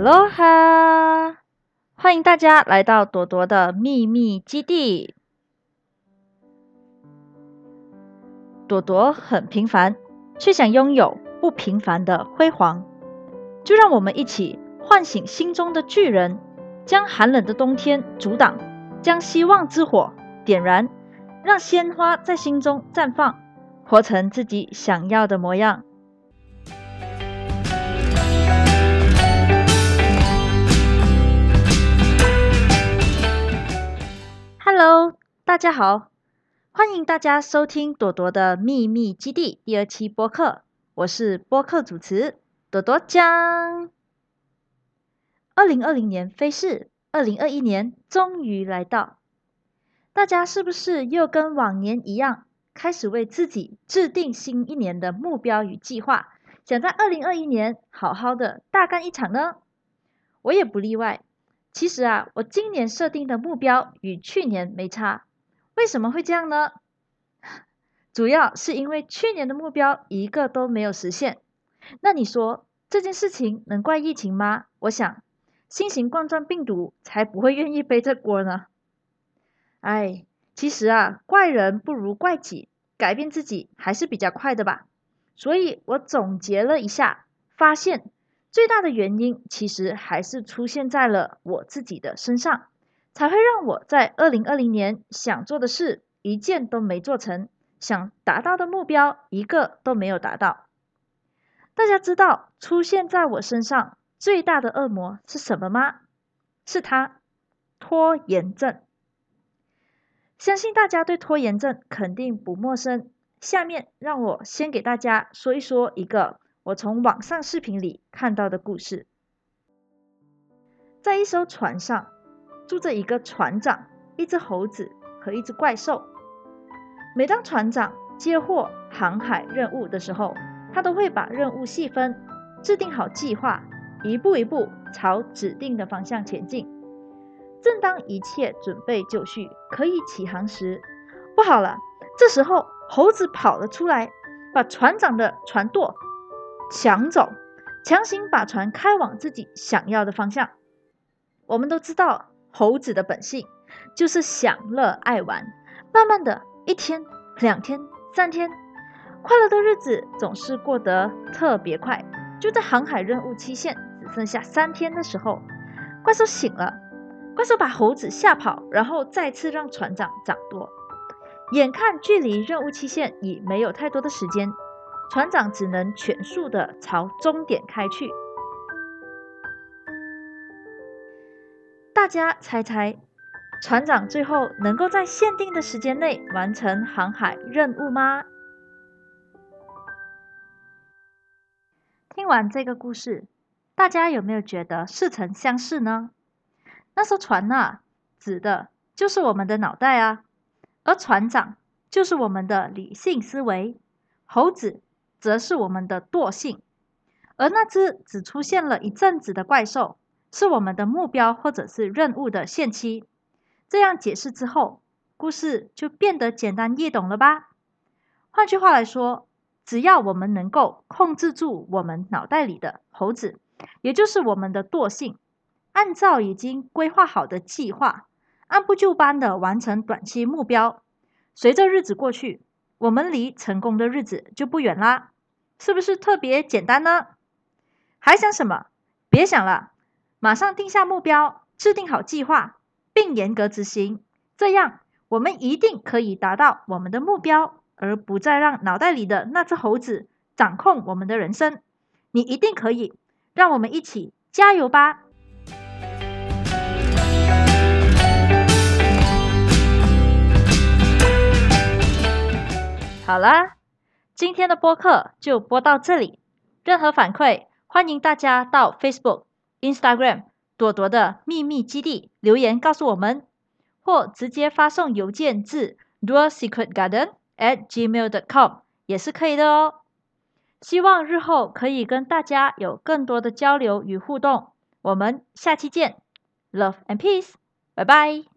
哈喽哈！欢迎大家来到朵朵的秘密基地。朵朵很平凡，却想拥有不平凡的辉煌。就让我们一起唤醒心中的巨人，将寒冷的冬天阻挡，将希望之火点燃，让鲜花在心中绽放，活成自己想要的模样。Hello， 大家好，欢迎大家收听朵朵的秘密基地第2期播客，我是播客主持朵朵酱。2020年飞逝，2021年终于来到，大家是不是又跟往年一样，开始为自己制定新一年的目标与计划，想在2021年好好的大干一场呢？我也不例外。其实我今年设定的目标与去年没差，为什么会这样呢？主要是因为去年的目标一个都没有实现。那你说这件事情能怪疫情吗？我想，新型冠状病毒才不会愿意背这锅呢。其实怪人不如怪己，改变自己还是比较快的吧。所以我总结了一下，发现最大的原因其实还是出现在了我自己的身上，才会让我在2020年想做的事一件都没做成，想达到的目标一个都没有达到。大家知道出现在我身上最大的恶魔是什么吗？是它，拖延症。相信大家对拖延症肯定不陌生，下面让我先给大家说一说一个我从网上视频里看到的故事。在一艘船上，住着一个船长、一只猴子和一只怪兽。每当船长接获航海任务的时候，他都会把任务细分，制定好计划，一步一步朝指定的方向前进。正当一切准备就绪，可以起航时，不好了！这时候猴子跑了出来，把船长的船舵抢走，强行把船开往自己想要的方向。我们都知道猴子的本性就是享乐爱玩，慢慢的1天、2天、3天，快乐的日子总是过得特别快。就在航海任务期限只剩下3天的时候，怪兽醒了。怪兽把猴子吓跑，然后再次让船长掌舵。眼看距离任务期限已没有太多的时间，船长只能全速的朝终点开去。大家猜猜，船长最后能够在限定的时间内完成航海任务吗？听完这个故事，大家有没有觉得似曾相识呢？那艘船指的就是我们的脑袋而船长就是我们的理性思维，猴子则是我们的惰性，而那只只出现了一阵子的怪兽是我们的目标或者是任务的限期。这样解释之后，故事就变得简单易懂了吧？换句话来说，只要我们能够控制住我们脑袋里的猴子，也就是我们的惰性，按照已经规划好的计划，按部就班的完成短期目标，随着日子过去，我们离成功的日子就不远啦，是不是特别简单呢？还想什么？别想了，马上定下目标，制定好计划，并严格执行，这样我们一定可以达到我们的目标，而不再让脑袋里的那只猴子掌控我们的人生。你一定可以，让我们一起加油吧！好啦，今天的播客就播到这里。任何反馈，欢迎大家到 Facebook、Instagram 朵朵的秘密基地留言告诉我们，或直接发送邮件至 duosecretgarden@gmail.com 也是可以的哦。希望日后可以跟大家有更多的交流与互动。我们下期见 ，Love and Peace，拜拜。